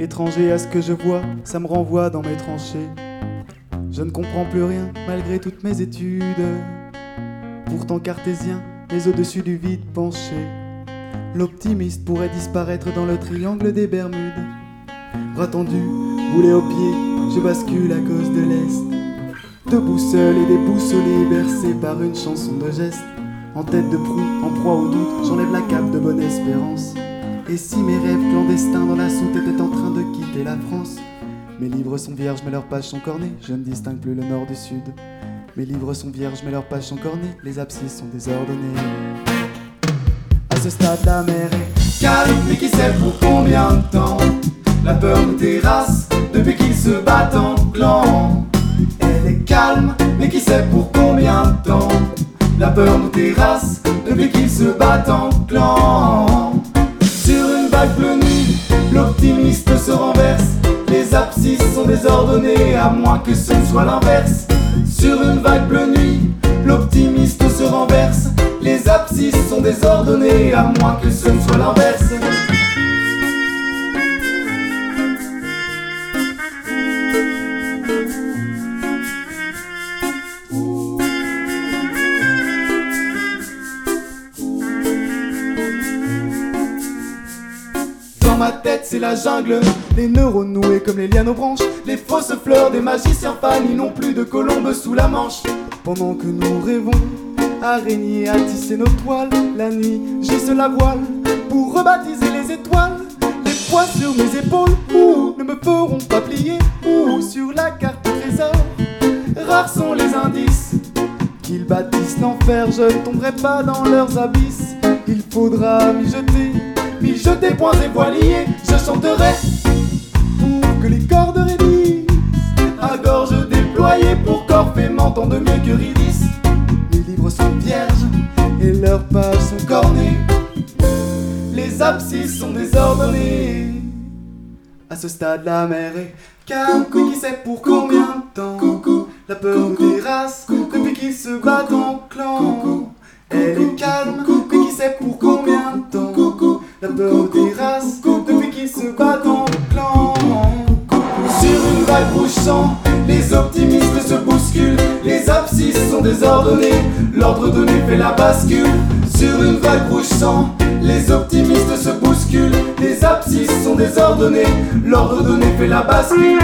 Étranger à ce que je vois, ça me renvoie dans mes tranchées. Je ne comprends plus rien malgré toutes mes études. Pourtant cartésien, mais au-dessus du vide penché. L'optimiste pourrait disparaître dans le triangle des Bermudes. Bras tendus, boulet au pied, je bascule à cause de l'Est. Debout seul et déboussolé, bercé par une chanson de gestes. En tête de proue, en proie au doute, j'enlève la cape de bonne espérance. Et si mes rêves clandestins dans la soute étaient en train de quitter la France? Mes livres sont vierges mais leurs pages sont cornées, je ne distingue plus le nord du sud. Mes livres sont vierges mais leurs pages sont cornées, les abscisses sont désordonnées. À ce stade la mer est calme, mais qui sait pour combien de temps? La peur nous terrasse depuis qu'ils se battent en clan. Elle est calme, mais qui sait pour combien de temps? La peur nous terrasse depuis qu'ils se battent en clan. Sur une vague bleue nuit, l'optimiste se renverse. Les abscisses sont désordonnées, à moins que ce ne soit l'inverse. Sur une vague bleue nuit, l'optimiste se renverse. Les abscisses sont désordonnées, à moins que ce ne soit l'inverse. Dans ma tête c'est la jungle, les neurones noués comme les lianes aux branches. Les fausses fleurs des magiciens fanis n'ont plus de colombes sous la manche. Pendant que nous rêvons, araignées à tisser nos toiles, la nuit j'hisse la voile pour rebaptiser les étoiles. Les poids sur mes épaules, ne me feront pas plier, sur la carte trésor. Rares sont les indices qu'ils bâtissent l'enfer, je ne tomberai pas dans leurs abysses. Il faudra mijoter poings et voiliers, je chanterai pour que les cordes raidissent, à gorge déployée pour qu'Orphée m'entende mieux qu'Eurydice. Les livres sont vierges et leurs pages sont cornées, les abscisses sont désordonnées. À ce stade la mer est calme, mais qui sait pour combien de temps? La peur nous terrasse depuis qu'ils se battent en clan. Elle est calme, mais qui sait pour combien de temps? La peur nous terrasse depuis qu'ils se battent en clan. Sur une vague rouge-sang, les optimistes se bousculent. Les abscisses sont désordonnées, l'ordre donné fait la bascule. Sur une vague rouge-sang, les optimistes se bousculent. Les abscisses sont désordonnées, l'ordre donné fait la bascule.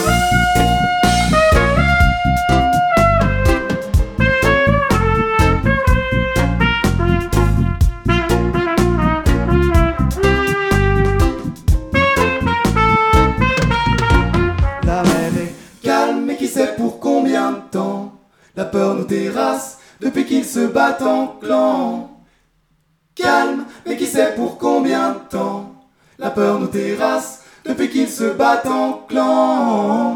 Mais qui sait pour combien de temps? La peur nous terrasse depuis qu'ils se battent en clan. Calme, mais qui sait pour combien de temps? La peur nous terrasse depuis qu'ils se battent en clan.